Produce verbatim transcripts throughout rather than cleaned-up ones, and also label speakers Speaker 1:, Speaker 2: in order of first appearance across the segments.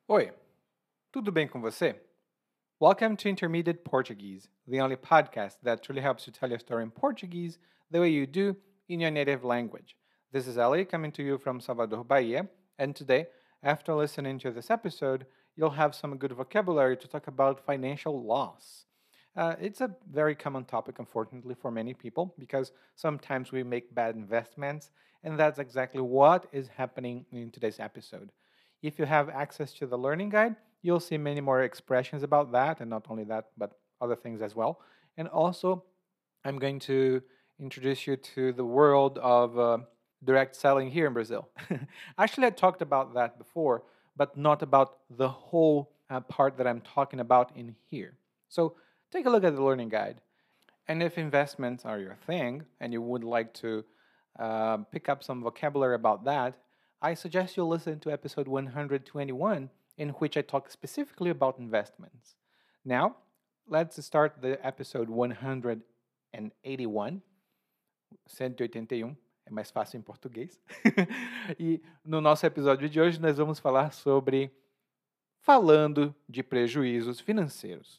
Speaker 1: Oi, tudo bem com você? Welcome to Intermediate Portuguese, the only podcast that truly helps you tell your story in Portuguese the way you do in your native language. This is Ali coming to you from Salvador, Bahia, and today, after listening to this episode, you'll have some good vocabulary to talk about financial loss. Uh, it's a very common topic, unfortunately, for many people because sometimes we make bad investments, and that's exactly what is happening in today's episode. If you have access to the learning guide, you'll see many more expressions about that, and not only that, but other things as well. And also, I'm going to introduce you to the world of uh, direct selling here in Brazil. Actually, I talked about that before, but not about the whole uh, part that I'm talking about in here. So take a look at the learning guide. And if investments are your thing and you would like to uh, pick up some vocabulary about that, I suggest you listen to episode one hundred twenty-one, in which I talk specifically about investments. Now, let's start the episode one hundred eighty-one, cento e oitenta e um, é mais fácil em português. E no nosso episódio de hoje nós vamos falar sobre falando de prejuízos financeiros.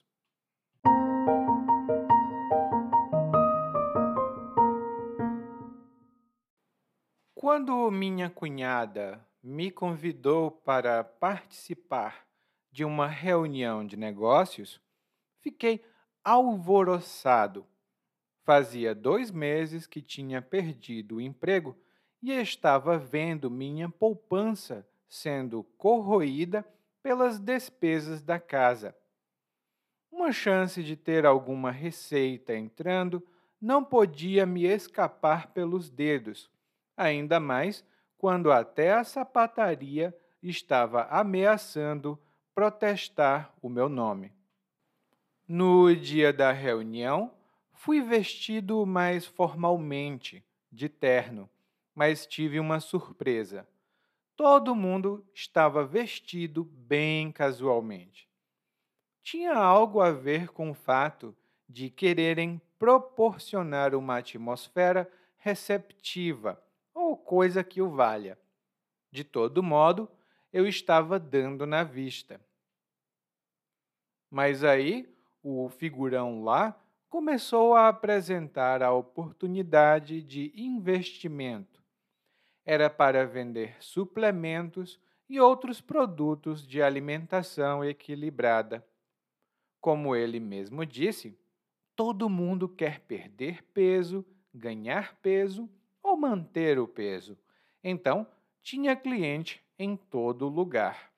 Speaker 1: Quando minha cunhada me convidou para participar de uma reunião de negócios, fiquei alvoroçado. Fazia dois meses que tinha perdido o emprego e estava vendo minha poupança sendo corroída pelas despesas da casa. Uma chance de ter alguma receita entrando não podia me escapar pelos dedos, ainda mais quando até a sapataria estava ameaçando protestar o meu nome. No dia da reunião, fui vestido mais formalmente, de terno, mas tive uma surpresa. Todo mundo estava vestido bem casualmente. Tinha algo a ver com o fato de quererem proporcionar uma atmosfera receptiva ou coisa que o valha. De todo modo, eu estava dando na vista. Mas aí, o figurão lá começou a apresentar a oportunidade de investimento. Era para vender suplementos e outros produtos de alimentação equilibrada. Como ele mesmo disse, todo mundo quer perder peso, ganhar peso ou manter o peso. Então, tinha cliente em todo lugar.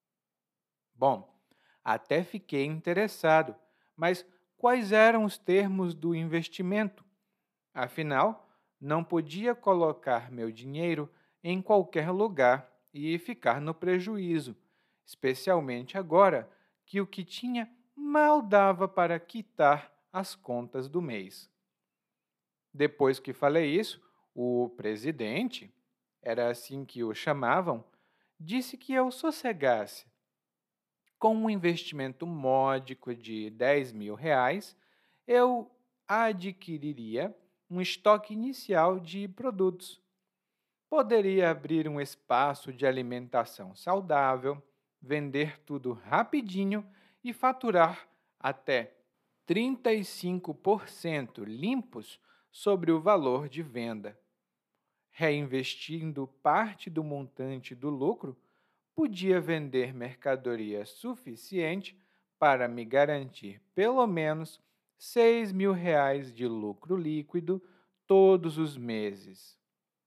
Speaker 1: Bom, até fiquei interessado, mas quais eram os termos do investimento? Afinal, não podia colocar meu dinheiro em qualquer lugar e ficar no prejuízo, especialmente agora que o que tinha mal dava para quitar as contas do mês. Depois que falei isso, o presidente, era assim que o chamavam, disse que eu sossegasse. Com um investimento módico de dez mil reais, eu adquiriria um estoque inicial de produtos. Poderia abrir um espaço de alimentação saudável, vender tudo rapidinho e faturar até trinta e cinco por cento limpos sobre o valor de venda. Reinvestindo parte do montante do lucro, podia vender mercadoria suficiente para me garantir pelo menos seis mil reais de lucro líquido todos os meses.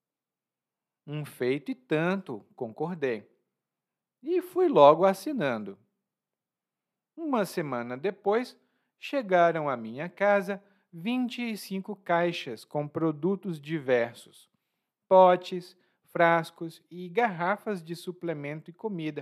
Speaker 1: Um feito e tanto, concordei. E fui logo assinando. Uma semana depois, chegaram à minha casa vinte e cinco caixas com produtos diversos, potes, frascos e garrafas de suplemento e comida.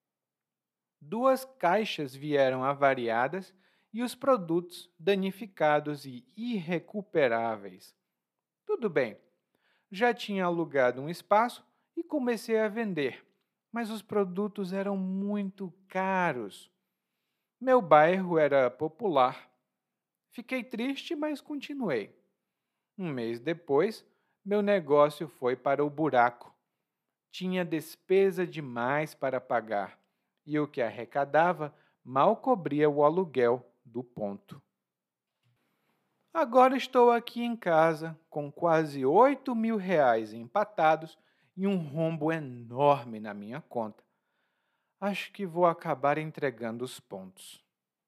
Speaker 1: Duas caixas vieram avariadas e os produtos danificados e irrecuperáveis. Tudo bem, já tinha alugado um espaço e comecei a vender, mas os produtos eram muito caros. Meu bairro era popular. Fiquei triste, mas continuei. Um mês depois, meu negócio foi para o buraco. Tinha despesa demais para pagar e o que arrecadava mal cobria o aluguel do ponto. Agora estou aqui em casa com quase oito mil reais empatados e um rombo enorme na minha conta. Acho que vou acabar entregando os pontos.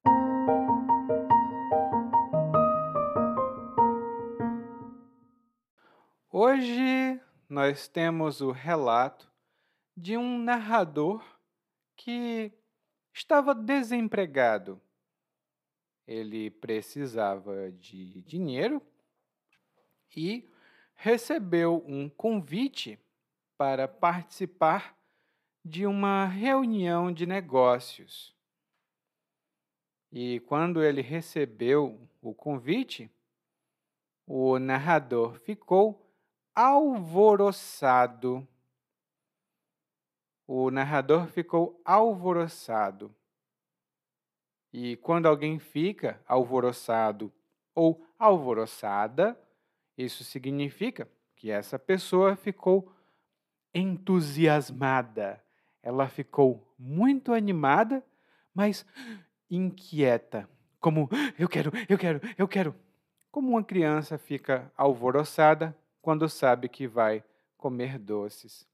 Speaker 1: Hoje nós temos o relato de um narrador que estava desempregado. Ele precisava de dinheiro e recebeu um convite para participar de uma reunião de negócios. E quando ele recebeu o convite, o narrador ficou alvoroçado. O narrador ficou alvoroçado. E quando alguém fica alvoroçado ou alvoroçada, isso significa que essa pessoa ficou entusiasmada. Ela ficou muito animada, mas inquieta. Como, eu quero, eu quero, eu quero. Como uma criança fica alvoroçada quando sabe que vai comer doces.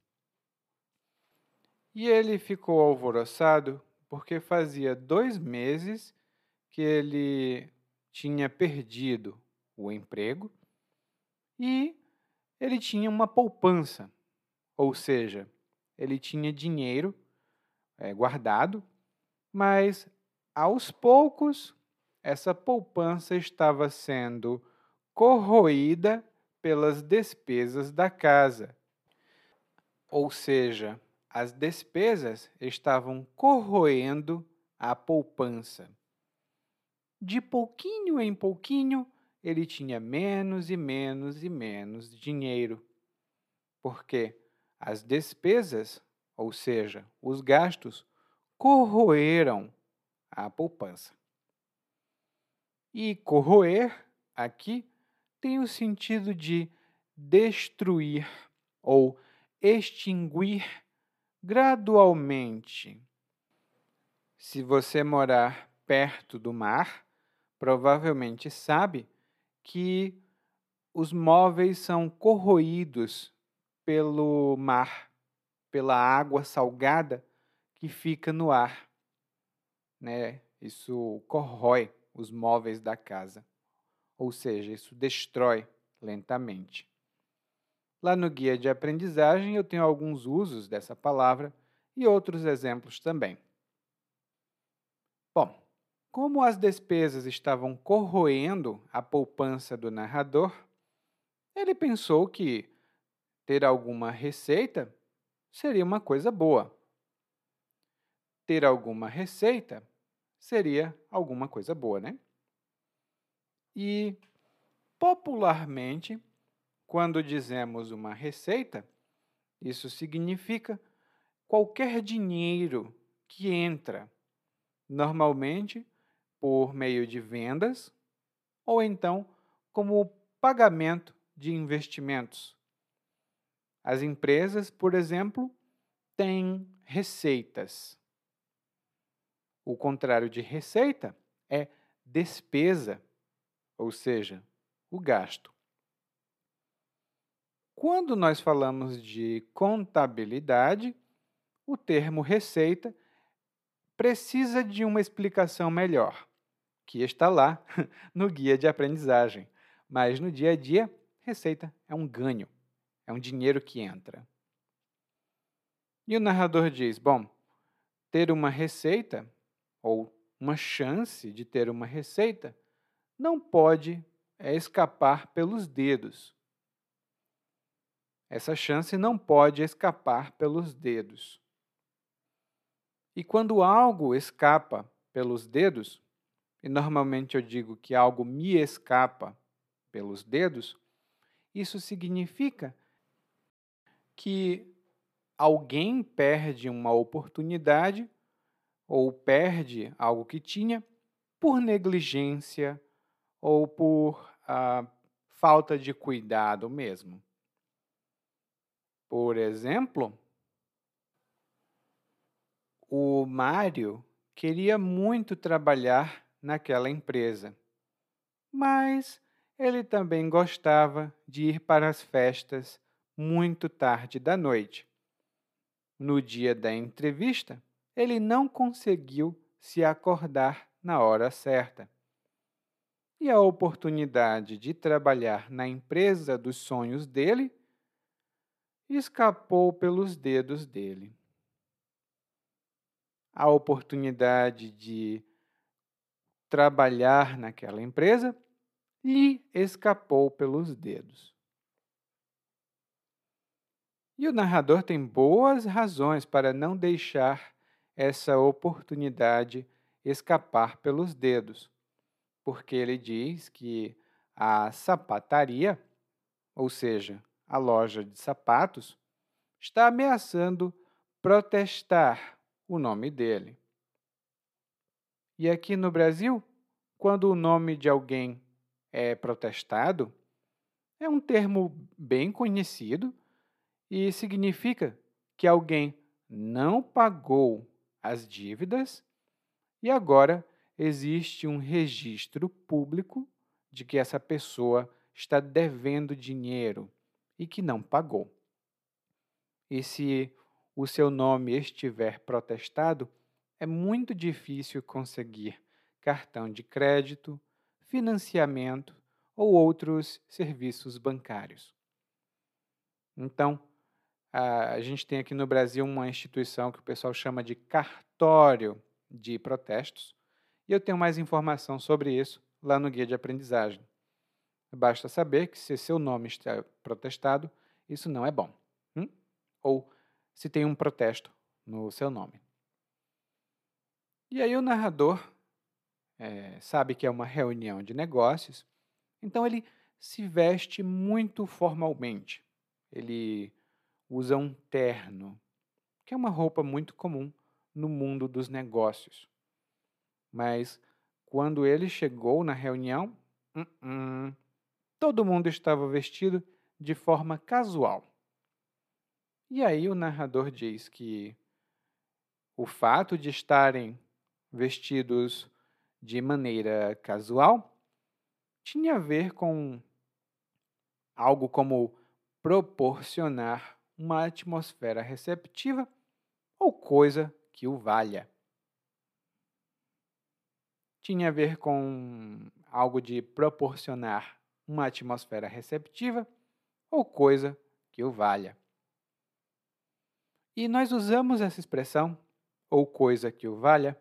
Speaker 1: E ele ficou alvoroçado porque fazia dois meses que ele tinha perdido o emprego e ele tinha uma poupança, ou seja, ele tinha dinheiro é, guardado, mas aos poucos essa poupança estava sendo corroída pelas despesas da casa. Ou seja, as despesas estavam corroendo a poupança. De pouquinho em pouquinho, ele tinha menos e menos e menos dinheiro, porque as despesas, ou seja, os gastos, corroeram a poupança. E corroer, aqui, tem o sentido de destruir ou extinguir gradualmente. Se você morar perto do mar, provavelmente sabe que os móveis são corroídos pelo mar, pela água salgada que fica no ar, né? Isso corrói os móveis da casa, ou seja, isso destrói lentamente. Lá no guia de aprendizagem eu tenho alguns usos dessa palavra e outros exemplos também. Bom, como as despesas estavam corroendo a poupança do narrador, ele pensou que ter alguma receita seria uma coisa boa. Ter alguma receita seria alguma coisa boa, né? E, popularmente, quando dizemos uma receita, isso significa qualquer dinheiro que entra, normalmente por meio de vendas ou então como pagamento de investimentos. As empresas, por exemplo, têm receitas. O contrário de receita é despesa, ou seja, o gasto. Quando nós falamos de contabilidade, o termo receita precisa de uma explicação melhor, que está lá no guia de aprendizagem. Mas no dia a dia, receita é um ganho, é um dinheiro que entra. E o narrador diz, bom, ter uma receita, ou uma chance de ter uma receita, não pode é, escapar pelos dedos. Essa chance não pode escapar pelos dedos. E quando algo escapa pelos dedos, e normalmente eu digo que algo me escapa pelos dedos, isso significa que alguém perde uma oportunidade ou perde algo que tinha por negligência ou por ah, falta de cuidado mesmo. Por exemplo, O Mário queria muito trabalhar naquela empresa, mas ele também gostava de ir para as festas muito tarde da noite. No dia da entrevista, ele não conseguiu se acordar na hora certa. E a oportunidade de trabalhar na empresa dos sonhos dele escapou pelos dedos dele. A oportunidade de trabalhar naquela empresa lhe escapou pelos dedos. E o narrador tem boas razões para não deixar essa oportunidade escapar pelos dedos, porque ele diz que a sapataria, ou seja, a loja de sapatos, está ameaçando protestar o nome dele. E aqui no Brasil, quando o nome de alguém é protestado, é um termo bem conhecido e significa que alguém não pagou as dívidas e agora existe um registro público de que essa pessoa está devendo dinheiro e que não pagou. E se o seu nome estiver protestado, é muito difícil conseguir cartão de crédito, financiamento ou outros serviços bancários. Então, a gente tem aqui no Brasil uma instituição que o pessoal chama de cartório de protestos, e eu tenho mais informação sobre isso lá no guia de aprendizagem. Basta saber que se seu nome está protestado, isso não é bom. Hum? Ou se tem um protesto no seu nome. E aí o narrador é, sabe que é uma reunião de negócios, então ele se veste muito formalmente. Ele usa um terno, que é uma roupa muito comum no mundo dos negócios. Mas quando ele chegou na reunião, uh -uh, todo mundo estava vestido de forma casual. E aí o narrador diz que o fato de estarem vestidos de maneira casual tinha a ver com algo como proporcionar uma atmosfera receptiva ou coisa que o valha. Tinha a ver com algo de proporcionar uma atmosfera receptiva ou coisa que o valha. E nós usamos essa expressão, ou coisa que o valha,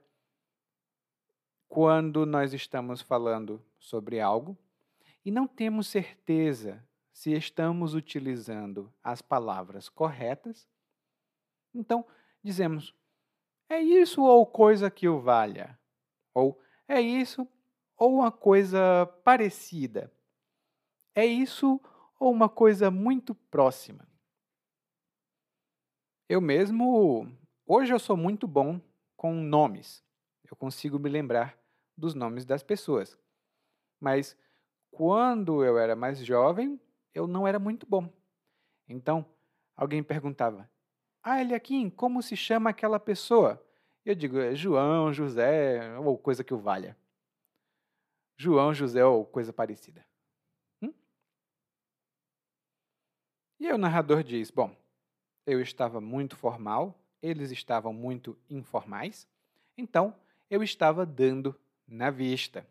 Speaker 1: quando nós estamos falando sobre algo e não temos certeza se estamos utilizando as palavras corretas. Então, dizemos, é isso ou coisa que o valha? Ou é isso ou uma coisa parecida? É isso ou uma coisa muito próxima? Eu mesmo, hoje eu sou muito bom com nomes. Eu consigo me lembrar dos nomes das pessoas. Mas quando eu era mais jovem, eu não era muito bom. Então, alguém perguntava, ah, Eliakim, como se chama aquela pessoa? Eu digo, é João, José, ou coisa que o valha. João, José, ou coisa parecida. Hum? E aí o narrador diz, bom, eu estava muito formal, eles estavam muito informais, então eu estava dando na vista.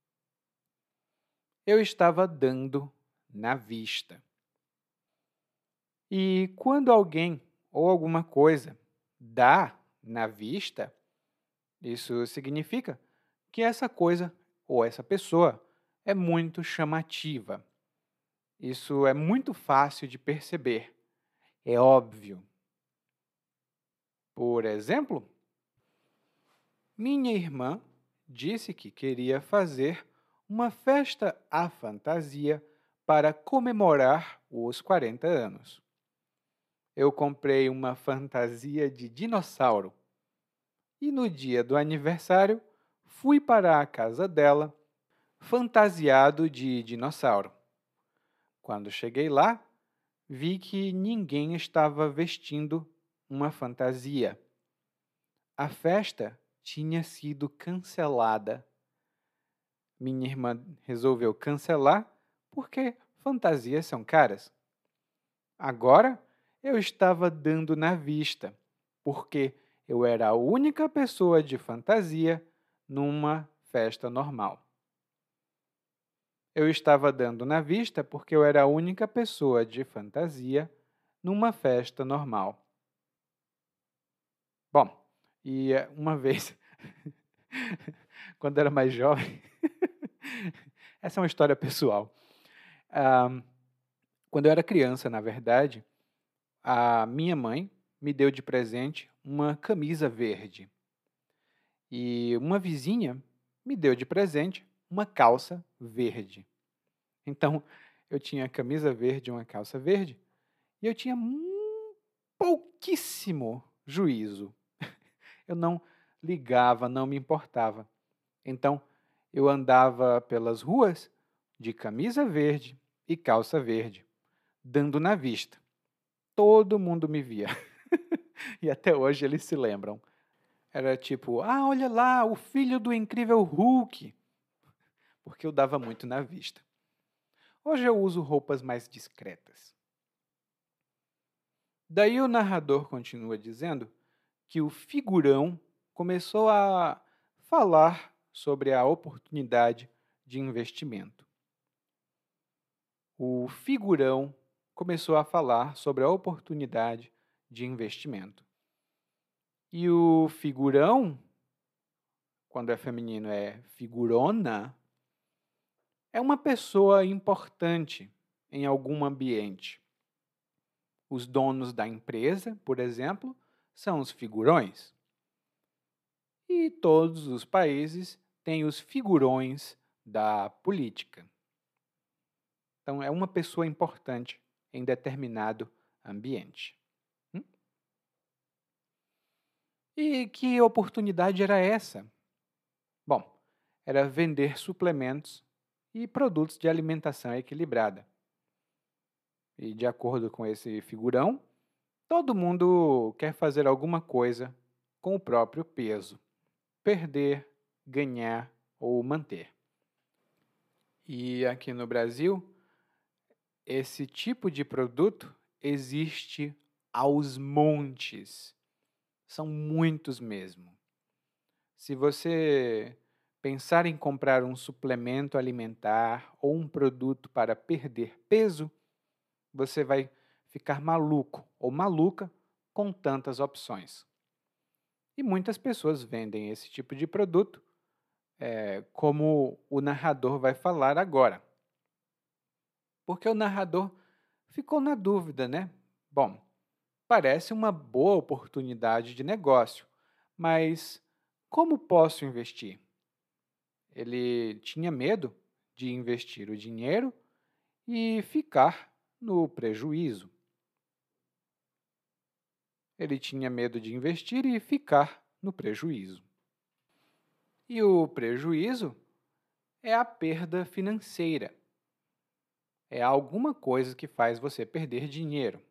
Speaker 1: Eu estava dando na vista. E quando alguém ou alguma coisa dá na vista, isso significa que essa coisa ou essa pessoa é muito chamativa. Isso é muito fácil de perceber. É óbvio. Por exemplo, minha irmã disse que queria fazer uma festa à fantasia para comemorar os quarenta anos. Eu comprei uma fantasia de dinossauro e no dia do aniversário fui para a casa dela fantasiado de dinossauro. Quando cheguei lá, vi que ninguém estava vestindo uma fantasia. A festa tinha sido cancelada. Minha irmã resolveu cancelar porque fantasias são caras. Agora eu estava dando na vista, porque eu era a única pessoa de fantasia numa festa normal. Eu estava dando na vista porque eu era a única pessoa de fantasia numa festa normal. Bom, e eh, uma vez, quando eu era mais jovem, essa é uma história pessoal. Ah, quando eu era criança, na verdade, a minha mãe me deu de presente uma camisa verde. E uma vizinha me deu de presente uma calça verde. Então, eu tinha camisa verde e uma calça verde, e eu tinha mu- pouquíssimo juízo. Eu não ligava, não me importava. Então, eu andava pelas ruas de camisa verde e calça verde, dando na vista. Todo mundo me via. E até hoje eles se lembram. Era tipo, ah, olha lá, o filho do incrível Hulk, porque eu dava muito na vista. Hoje eu uso roupas mais discretas. Daí o narrador continua dizendo que o figurão começou a falar sobre a oportunidade de investimento. O figurão começou a falar sobre a oportunidade de investimento. E o figurão, quando é feminino é figurona, é uma pessoa importante em algum ambiente. Os donos da empresa, por exemplo, são os figurões. E todos os países têm os figurões da política. Então, é uma pessoa importante em determinado ambiente. Hum? E que oportunidade era essa? Bom, era vender suplementos e produtos de alimentação equilibrada. E, de acordo com esse figurão, todo mundo quer fazer alguma coisa com o próprio peso: perder, ganhar ou manter. E aqui no Brasil, esse tipo de produto existe aos montes. São muitos mesmo. Se você pensar em comprar um suplemento alimentar ou um produto para perder peso, você vai ficar maluco ou maluca com tantas opções. E muitas pessoas vendem esse tipo de produto, é, como o narrador vai falar agora. Porque o narrador ficou na dúvida, né? Bom, parece uma boa oportunidade de negócio, mas como posso investir? Ele tinha medo de investir o dinheiro e ficar no prejuízo. Ele tinha medo de investir e ficar no prejuízo. E o prejuízo é a perda financeira. É alguma coisa que faz você perder dinheiro.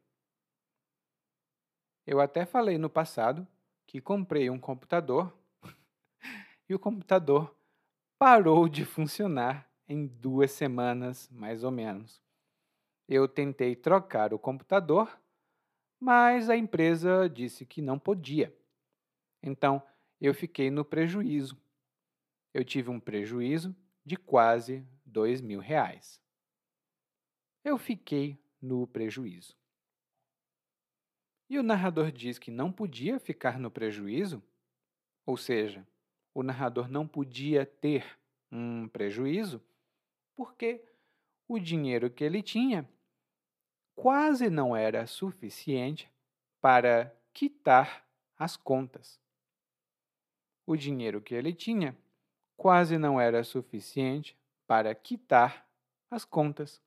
Speaker 1: Eu até falei no passado que comprei um computador e o computador parou de funcionar em duas semanas, mais ou menos. Eu tentei trocar o computador, mas a empresa disse que não podia. Então, eu fiquei no prejuízo. Eu tive um prejuízo de quase dois mil reais. Eu fiquei no prejuízo. E o narrador diz que não podia ficar no prejuízo, ou seja, o narrador não podia ter um prejuízo, porque o dinheiro que ele tinha quase não era suficiente para quitar as contas. O dinheiro que ele tinha quase não era suficiente para quitar as contas.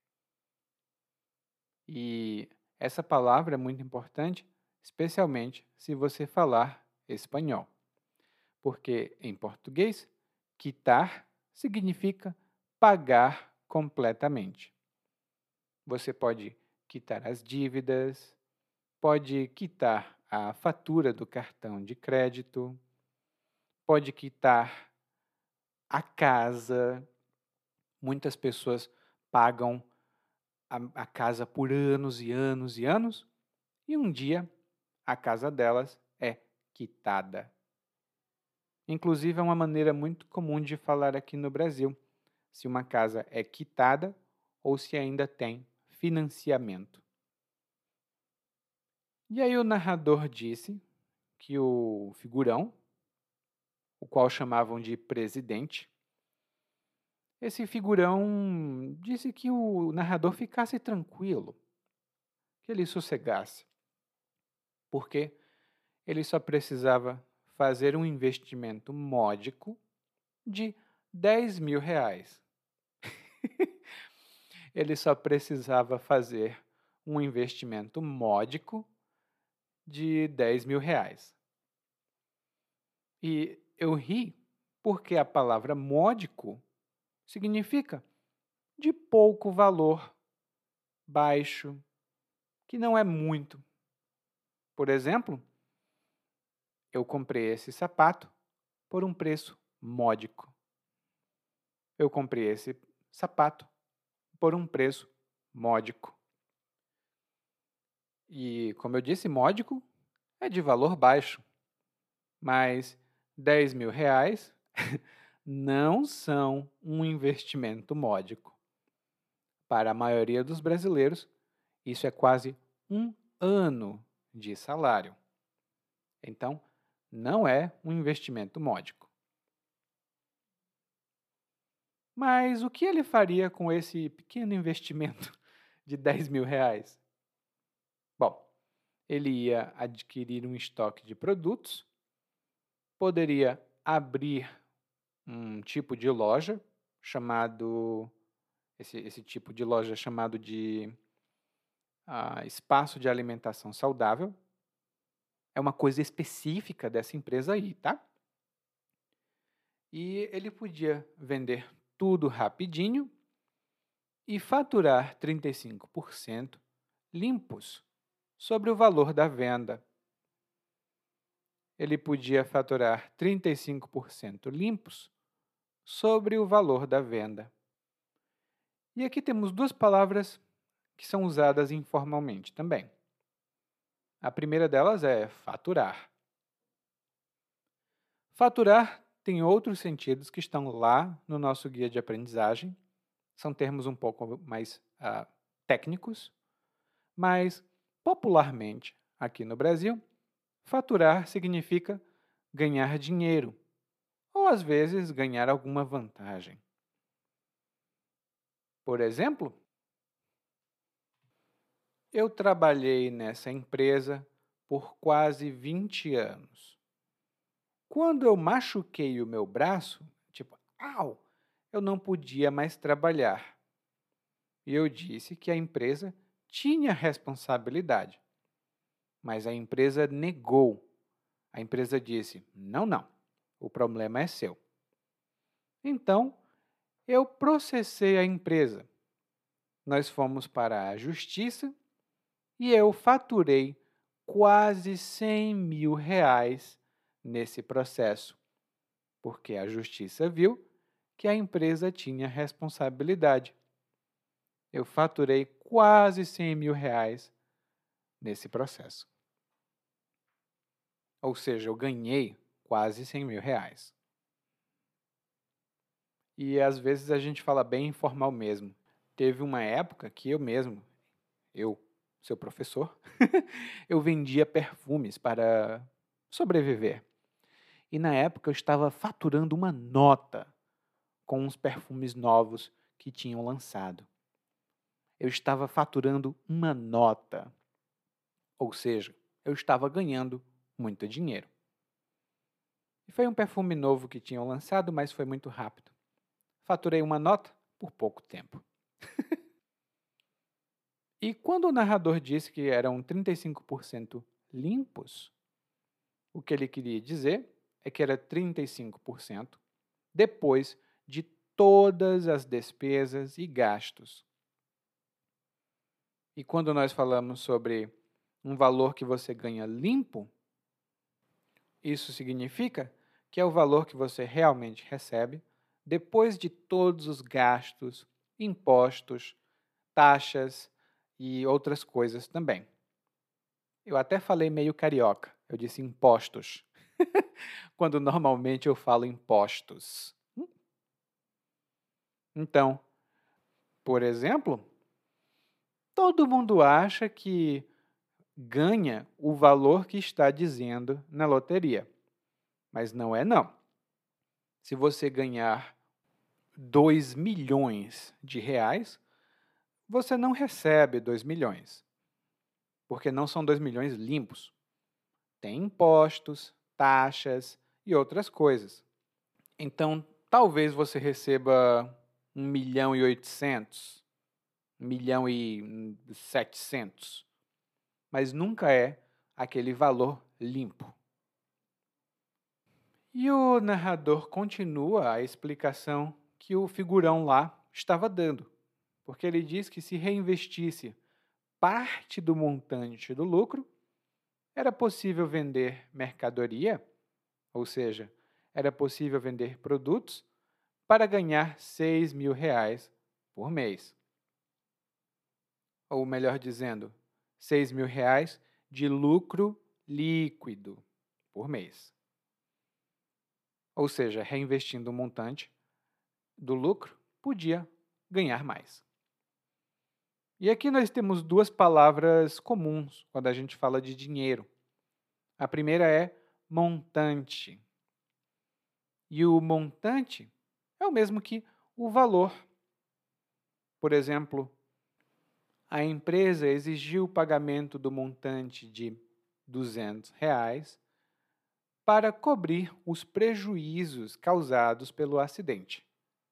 Speaker 1: E essa palavra é muito importante, especialmente se você falar espanhol, porque em português, quitar significa pagar completamente. Você pode quitar as dívidas, pode quitar a fatura do cartão de crédito, pode quitar a casa. Muitas pessoas pagam a, a casa por anos e anos e anos, e um dia a casa delas é quitada. Inclusive, é uma maneira muito comum de falar aqui no Brasil, se uma casa é quitada ou se ainda tem financiamento. E aí o narrador disse que o figurão, o qual chamavam de presidente, esse figurão disse que o narrador ficasse tranquilo, que ele sossegasse, porque ele só precisava fazer um investimento módico de dez mil reais. Ele só precisava fazer um investimento módico de dez mil reais. E eu ri porque a palavra módico significa de pouco valor, baixo, que não é muito. Por exemplo, eu comprei esse sapato por um preço módico. Eu comprei esse sapato por um preço módico. E, como eu disse, módico é de valor baixo, mas dez mil reais não são um investimento módico. Para a maioria dos brasileiros, isso é quase um ano de salário. Então, não é um investimento módico. Mas o que ele faria com esse pequeno investimento de dez mil reais? Bom, ele ia adquirir um estoque de produtos, poderia abrir um tipo de loja chamado, esse, esse tipo de loja chamado de ah, espaço de alimentação saudável. É uma coisa específica dessa empresa aí, tá? E ele podia vender tudo rapidinho e faturar trinta e cinco por cento limpos sobre o valor da venda. Ele podia faturar trinta e cinco por cento limpos sobre o valor da venda. E aqui temos duas palavras que são usadas informalmente também. A primeira delas é faturar. Faturar tem outros sentidos que estão lá no nosso guia de aprendizagem. São termos um pouco mais uh, técnicos, mas popularmente aqui no Brasil, faturar significa ganhar dinheiro ou às vezes ganhar alguma vantagem. Por exemplo, eu trabalhei nessa empresa por quase vinte anos. Quando eu machuquei o meu braço, tipo, au, eu não podia mais trabalhar. E eu disse que a empresa tinha responsabilidade, mas a empresa negou. A empresa disse, não, não, o problema é seu. Então, eu processei a empresa. Nós fomos para a justiça e eu faturei quase cem mil reais nesse processo, porque a justiça viu que a empresa tinha responsabilidade. Eu faturei quase cem mil reais nesse processo. Ou seja, eu ganhei quase cem mil reais. E às vezes a gente fala bem informal mesmo. Teve uma época que eu mesmo, eu, seu professor, eu vendia perfumes para sobreviver. E na época eu estava faturando uma nota com uns perfumes novos que tinham lançado. Eu estava faturando uma nota. Ou seja, eu estava ganhando muito dinheiro. E foi um perfume novo que tinham lançado, mas foi muito rápido. Faturei uma nota por pouco tempo. E quando o narrador disse que eram trinta e cinco por cento limpos, o que ele queria dizer é que era trinta e cinco por cento depois de todas as despesas e gastos. E quando nós falamos sobre um valor que você ganha limpo, isso significa que é o valor que você realmente recebe depois de todos os gastos, impostos, taxas e outras coisas também. Eu até falei meio carioca, eu disse impostos, quando normalmente eu falo impostos. Então, por exemplo, todo mundo acha que ganha o valor que está dizendo na loteria, mas não é não. Se você ganhar dois milhões de reais, você não recebe dois milhões, porque não são dois milhões limpos. Tem impostos, taxas e outras coisas. Então, talvez você receba um milhão e oitocentos, um milhão e setecentos, mas nunca é aquele valor limpo. E o narrador continua a explicação que o figurão lá estava dando, porque ele diz que se reinvestisse parte do montante do lucro, era possível vender mercadoria, ou seja, era possível vender produtos para ganhar seis mil reais por mês. Ou melhor dizendo, seis mil reais de lucro líquido por mês. Ou seja, reinvestindo o montante do lucro, podia ganhar mais. E aqui nós temos duas palavras comuns quando a gente fala de dinheiro. A primeira é montante. E o montante é o mesmo que o valor. Por exemplo, a empresa exigiu o pagamento do montante de duzentos reais para cobrir os prejuízos causados pelo acidente.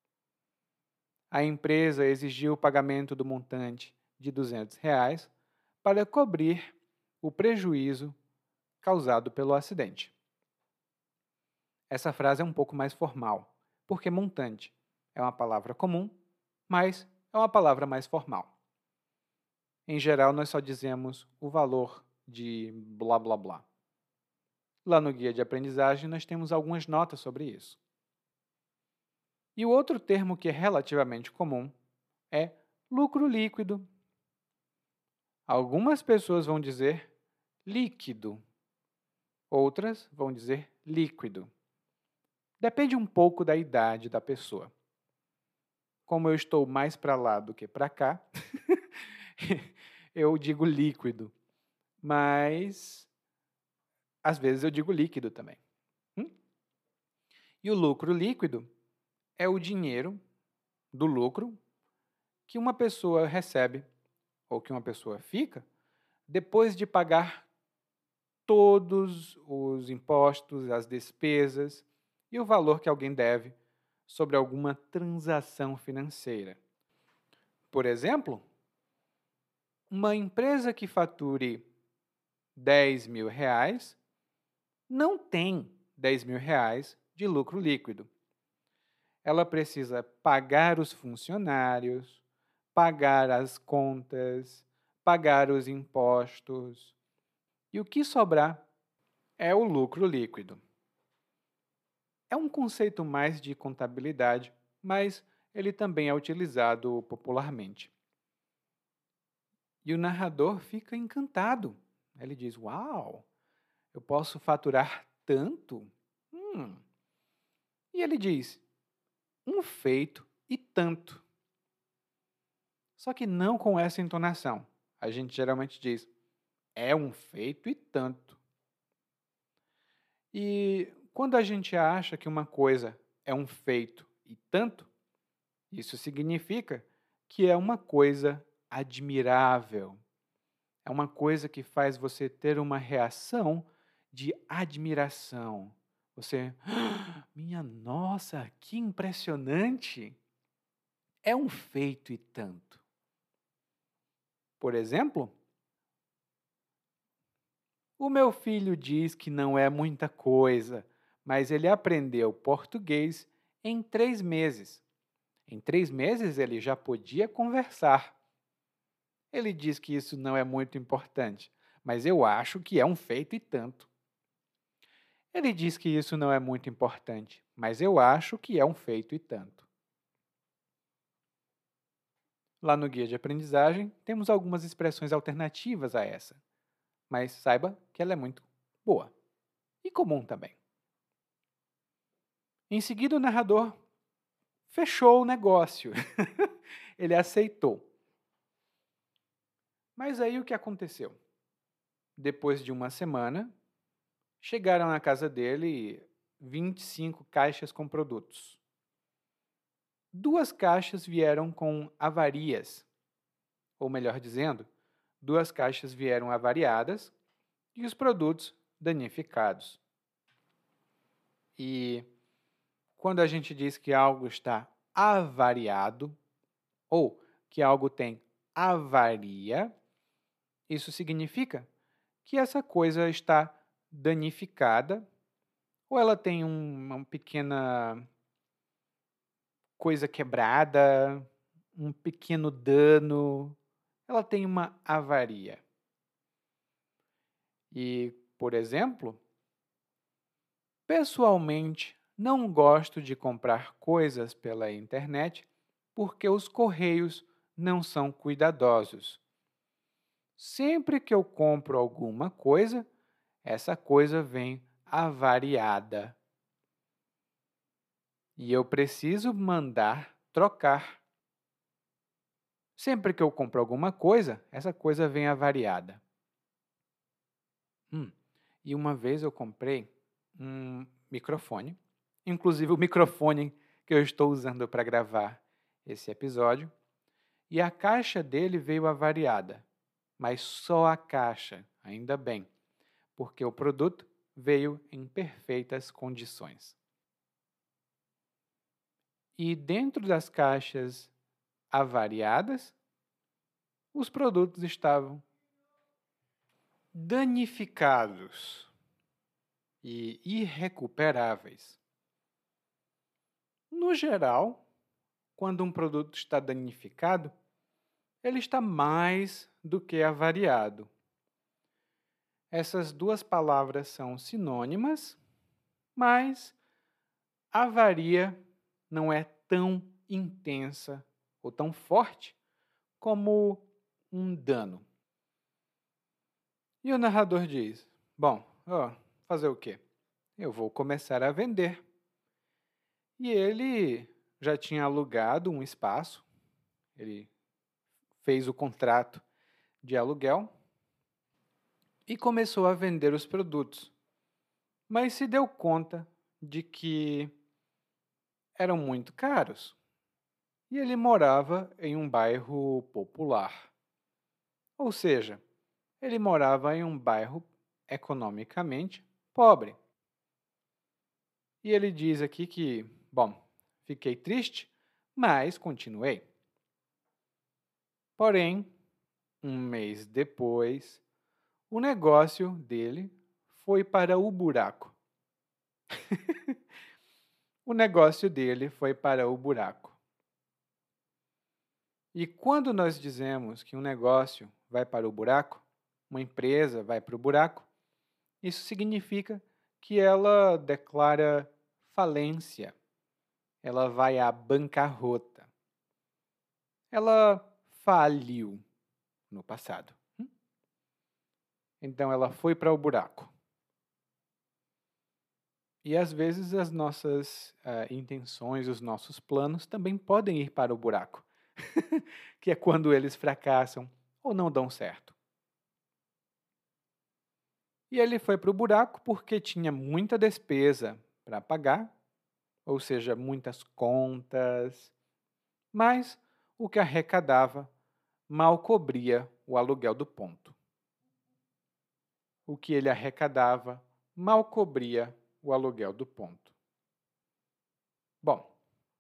Speaker 1: A empresa exigiu o pagamento do montante de duzentos reais para cobrir o prejuízo causado pelo acidente. Essa frase é um pouco mais formal, porque montante é uma palavra comum, mas é uma palavra mais formal. Em geral, nós só dizemos o valor de blá blá blá. Lá no guia de aprendizagem, nós temos algumas notas sobre isso. E o outro termo que é relativamente comum é lucro líquido. Algumas pessoas vão dizer líquido, outras vão dizer líquido. Depende um pouco da idade da pessoa. Como eu estou mais para lá do que para cá, eu digo líquido, mas às vezes eu digo líquido também. Hum? E o lucro líquido é o dinheiro do lucro que uma pessoa recebe ou que uma pessoa fica depois de pagar todos os impostos, as despesas e o valor que alguém deve sobre alguma transação financeira. Por exemplo, uma empresa que fature dez mil reais não tem dez mil reais de lucro líquido. Ela precisa pagar os funcionários, pagar as contas, pagar os impostos, e o que sobrar é o lucro líquido. É um conceito mais de contabilidade, mas ele também é utilizado popularmente. E o narrador fica encantado. Ele diz, uau, eu posso faturar tanto? Hum. E ele diz, um feito e tanto. Só que não com essa entonação. A gente geralmente diz, é um feito e tanto. E quando a gente acha que uma coisa é um feito e tanto, isso significa que é uma coisa admirável. É uma coisa que faz você ter uma reação de admiração. Você, ah, minha nossa, que impressionante! É um feito e tanto. Por exemplo, o meu filho diz que não é muita coisa, mas ele aprendeu português em três meses. Em três meses ele já podia conversar. Ele diz que isso não é muito importante, mas eu acho que é um feito e tanto. Ele diz que isso não é muito importante, mas eu acho que é um feito e tanto. Lá no guia de aprendizagem, temos algumas expressões alternativas a essa, mas saiba que ela é muito boa e comum também. Em seguida, o narrador fechou o negócio. Ele aceitou. Mas aí o que aconteceu? Depois de uma semana, chegaram na casa dele vinte e cinco caixas com produtos. Duas caixas vieram com avarias, ou melhor dizendo, duas caixas vieram avariadas e os produtos danificados. E quando a gente diz que algo está avariado, ou que algo tem avaria, isso significa que essa coisa está danificada ou ela tem um, uma pequena coisa quebrada, um pequeno dano, ela tem uma avaria. E, por exemplo, pessoalmente, não gosto de comprar coisas pela internet porque os correios não são cuidadosos. Sempre que eu compro alguma coisa, essa coisa vem avariada. E eu preciso mandar trocar. Sempre que eu compro alguma coisa, essa coisa vem avariada. Hum, e uma vez eu comprei um microfone, inclusive o microfone que eu estou usando para gravar esse episódio, e a caixa dele veio avariada, mas só a caixa, ainda bem, porque o produto veio em perfeitas condições. E dentro das caixas avariadas, os produtos estavam danificados e irrecuperáveis. No geral, quando um produto está danificado, ele está mais do que avariado. Essas duas palavras são sinônimas, mas avaria não é tão intensa ou tão forte como um dano. E o narrador diz: bom, ó, fazer o quê? Eu vou começar a vender. E ele já tinha alugado um espaço, ele fez o contrato de aluguel e começou a vender os produtos. Mas se deu conta de que eram muito caros e ele morava em um bairro popular. Ou seja, ele morava em um bairro economicamente pobre. E ele diz aqui que, bom, fiquei triste, mas continuei. Porém, um mês depois, o negócio dele foi para o buraco. O negócio dele foi para o buraco. E quando nós dizemos que um negócio vai para o buraco, uma empresa vai para o buraco, isso significa que ela declara falência, ela vai à bancarrota. Ela faliu no passado. Então ela foi para o buraco. E às vezes as nossas uh, intenções, os nossos planos também podem ir para o buraco, que é quando eles fracassam ou não dão certo. E ele foi para o buraco porque tinha muita despesa para pagar, ou seja, muitas contas, mas o que arrecadava mal cobria o aluguel do ponto. O que ele arrecadava mal cobria o aluguel do ponto. Bom,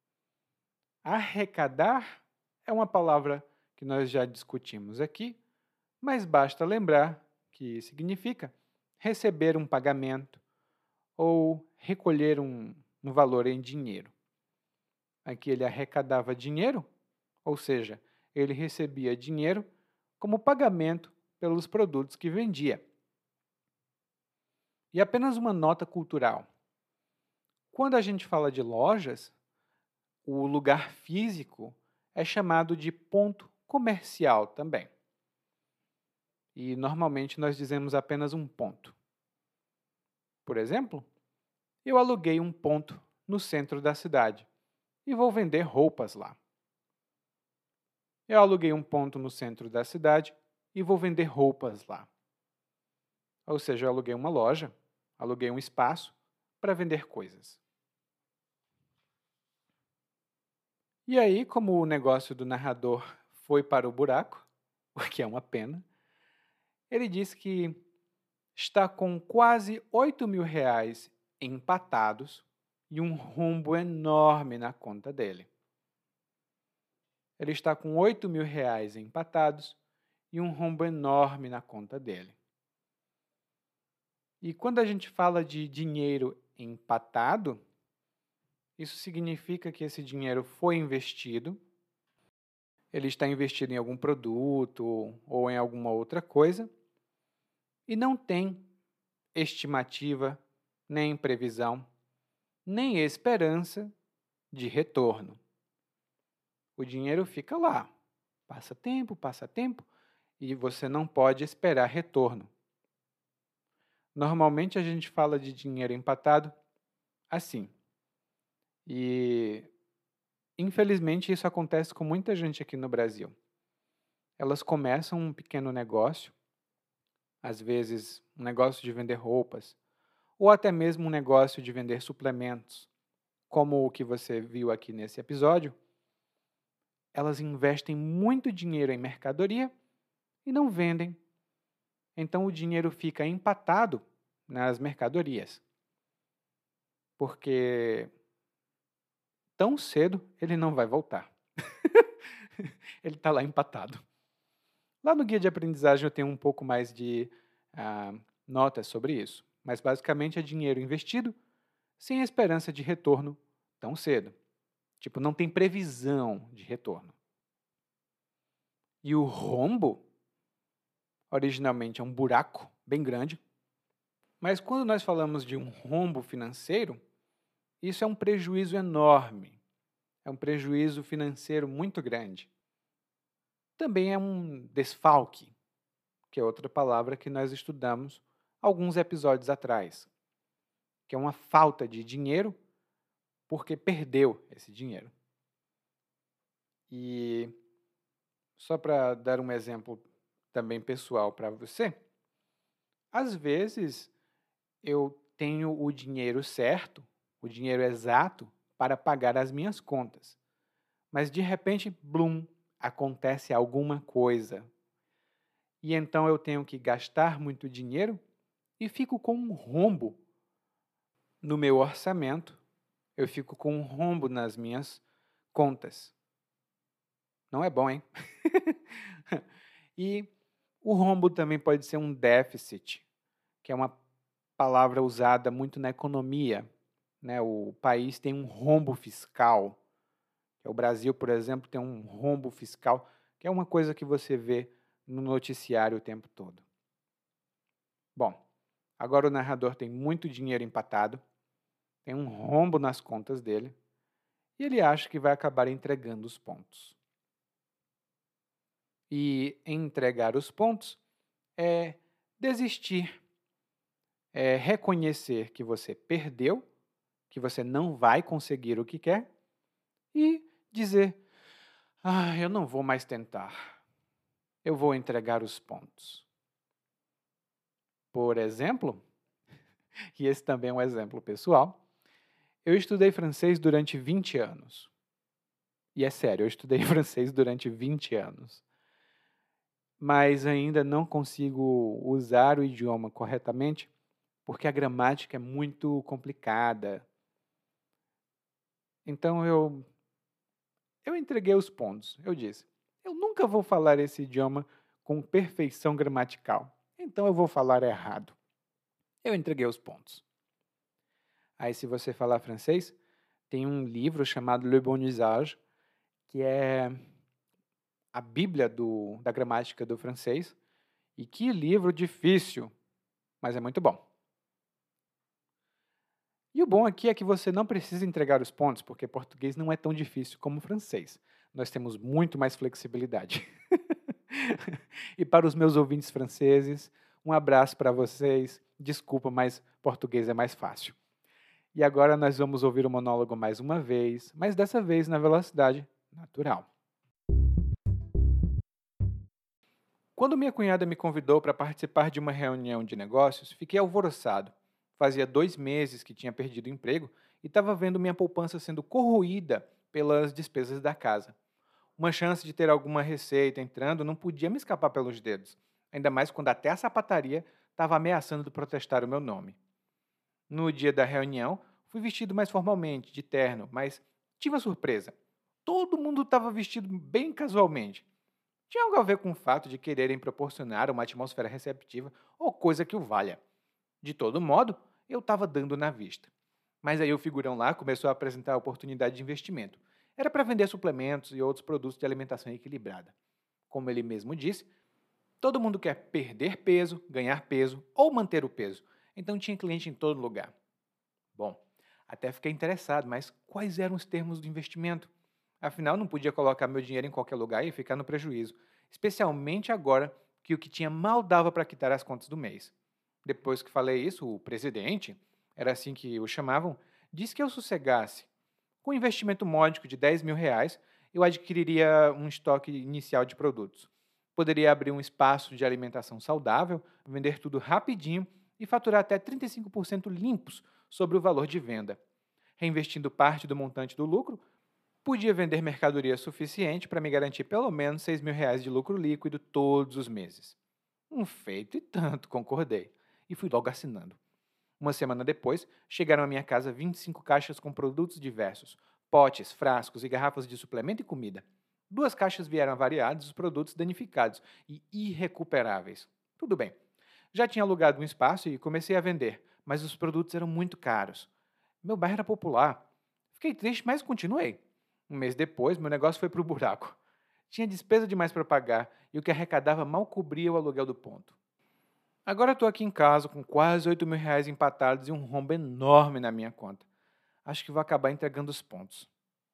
Speaker 1: arrecadar é uma palavra que nós já discutimos aqui, mas basta lembrar que significa receber um pagamento ou recolher um, um valor em dinheiro. Aqui ele arrecadava dinheiro, ou seja, ele recebia dinheiro como pagamento pelos produtos que vendia. E apenas uma nota cultural. Quando a gente fala de lojas, o lugar físico é chamado de ponto comercial também. E normalmente nós dizemos apenas um ponto. Por exemplo, eu aluguei um ponto no centro da cidade e vou vender roupas lá. Eu aluguei um ponto no centro da cidade e vou vender roupas lá. Ou seja, eu aluguei uma loja, aluguei um espaço para vender coisas. E aí, como o negócio do narrador foi para o buraco, o que é uma pena, ele disse que está com quase oito mil reais empatados e um rombo enorme na conta dele. Ele está com oito mil reais empatados e um rombo enorme na conta dele. E quando a gente fala de dinheiro empatado, isso significa que esse dinheiro foi investido, ele está investido em algum produto ou em alguma outra coisa, e não tem estimativa, nem previsão, nem esperança de retorno. O dinheiro fica lá, passa tempo, passa tempo, e você não pode esperar retorno. Normalmente a gente fala de dinheiro empatado assim. E, infelizmente, isso acontece com muita gente aqui no Brasil. Elas começam um pequeno negócio, às vezes um negócio de vender roupas, ou até mesmo um negócio de vender suplementos, como o que você viu aqui nesse episódio. Elas investem muito dinheiro em mercadoria e não vendem. Então o dinheiro fica empatado nas mercadorias. Porque tão cedo ele não vai voltar. Ele está lá empatado. Lá no guia de aprendizagem eu tenho um pouco mais de ah, notas sobre isso. Mas basicamente é dinheiro investido sem esperança de retorno tão cedo. Tipo, não tem previsão de retorno. E o rombo, originalmente é um buraco bem grande, mas quando nós falamos de um rombo financeiro, isso é um prejuízo enorme. É um prejuízo financeiro muito grande. Também é um desfalque, que é outra palavra que nós estudamos alguns episódios atrás, que é uma falta de dinheiro porque perdeu esse dinheiro. E só para dar um exemplo também pessoal para você, às vezes eu tenho o dinheiro certo, o dinheiro exato para pagar as minhas contas. Mas de repente, blum, acontece alguma coisa. E então eu tenho que gastar muito dinheiro e fico com um rombo no meu orçamento, eu fico com um rombo nas minhas contas. Não é bom, hein? E o rombo também pode ser um déficit, que é uma palavra usada muito na economia. Né? O país tem um rombo fiscal. O Brasil, por exemplo, tem um rombo fiscal, que é uma coisa que você vê no noticiário o tempo todo. Bom, agora o narrador tem muito dinheiro empatado, tem um rombo nas contas dele, e ele acha que vai acabar entregando os pontos. E entregar os pontos é desistir, é reconhecer que você perdeu, que você não vai conseguir o que quer, e dizer, ah, eu não vou mais tentar, eu vou entregar os pontos. Por exemplo, e esse também é um exemplo pessoal, eu estudei francês durante vinte anos. E é sério, eu estudei francês durante vinte anos. Mas ainda não consigo usar o idioma corretamente porque a gramática é muito complicada. Então eu, eu entreguei os pontos. Eu disse, eu nunca vou falar esse idioma com perfeição gramatical. Então eu vou falar errado. Eu entreguei os pontos. Aí, se você falar francês, tem um livro chamado Le Bon Usage, que é a Bíblia do, da gramática do francês, E que livro difícil, mas é muito bom. E o bom aqui é que você não precisa entregar os pontos, porque português não é tão difícil como francês. Nós temos muito mais flexibilidade. E para os meus ouvintes franceses, um abraço para vocês. Desculpa, mas português é mais fácil. E agora nós vamos ouvir o monólogo mais uma vez, mas dessa vez na velocidade natural. Quando minha cunhada me convidou para participar de uma reunião de negócios, fiquei alvoroçado. Fazia dois meses que tinha perdido o emprego e estava vendo minha poupança sendo corroída pelas despesas da casa. Uma chance de ter alguma receita entrando não podia me escapar pelos dedos, ainda mais quando até a sapataria estava ameaçando de protestar o meu nome. No dia da reunião, fui vestido mais formalmente, de terno, mas tive uma surpresa. Todo mundo estava vestido bem casualmente. Tinha algo a ver com o fato de quererem proporcionar uma atmosfera receptiva ou coisa que o valha. De todo modo, eu estava dando na vista. Mas aí o figurão lá começou a apresentar a oportunidade de investimento. Era para vender suplementos e outros produtos de alimentação equilibrada. Como ele mesmo disse, todo mundo quer perder peso, ganhar peso ou manter o peso. Então tinha cliente em todo lugar. Bom, até fiquei interessado, mas quais eram os termos do investimento? Afinal, não podia colocar meu dinheiro em qualquer lugar e ficar no prejuízo, especialmente agora que o que tinha mal dava para quitar as contas do mês. Depois que falei isso, o presidente, era assim que o chamavam, disse que eu sossegasse. Com um investimento módico de dez mil reais, eu adquiriria um estoque inicial de produtos. Poderia abrir um espaço de alimentação saudável, vender tudo rapidinho e faturar até trinta e cinco por cento limpos sobre o valor de venda. Reinvestindo parte do montante do lucro, podia vender mercadoria suficiente para me garantir pelo menos seis mil reais de lucro líquido todos os meses. Um feito e tanto, concordei. E fui logo assinando. Uma semana depois, chegaram à minha casa vinte e cinco caixas com produtos diversos, potes, frascos e garrafas de suplemento e comida. Duas caixas vieram avariadas, os produtos danificados e irrecuperáveis. Tudo bem. Já tinha alugado um espaço e comecei a vender, mas os produtos eram muito caros. Meu bairro era popular. Fiquei triste, mas continuei. Um mês depois, meu negócio foi para o buraco. Tinha despesa demais para pagar e o que arrecadava mal cobria o aluguel do ponto. Agora estou aqui em casa com quase oito mil reais empatados e um rombo enorme na minha conta. Acho que vou acabar entregando os pontos.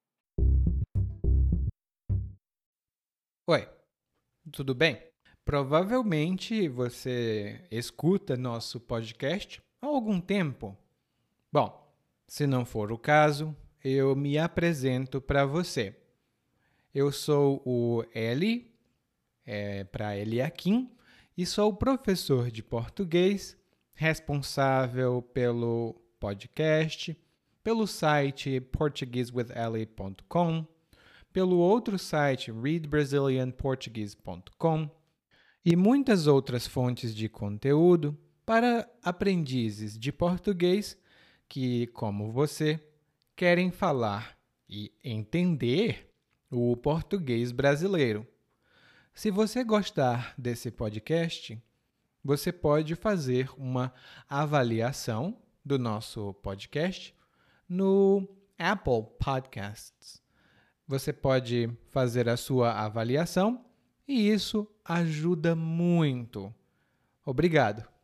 Speaker 2: Oi, tudo bem? Provavelmente você escuta nosso podcast há algum tempo. Bom, se não for o caso, eu me apresento para você. Eu sou o Eli, é, para Eliakim, e sou professor de português, responsável pelo podcast, pelo site portuguese with eli ponto com, pelo outro site read brazilian portuguese ponto com e muitas outras fontes de conteúdo para aprendizes de português que, como você, querem falar e entender o português brasileiro. Se você gostar desse podcast, você pode fazer uma avaliação do nosso podcast no Apple Podcasts. Você pode fazer a sua avaliação e isso ajuda muito. Obrigado.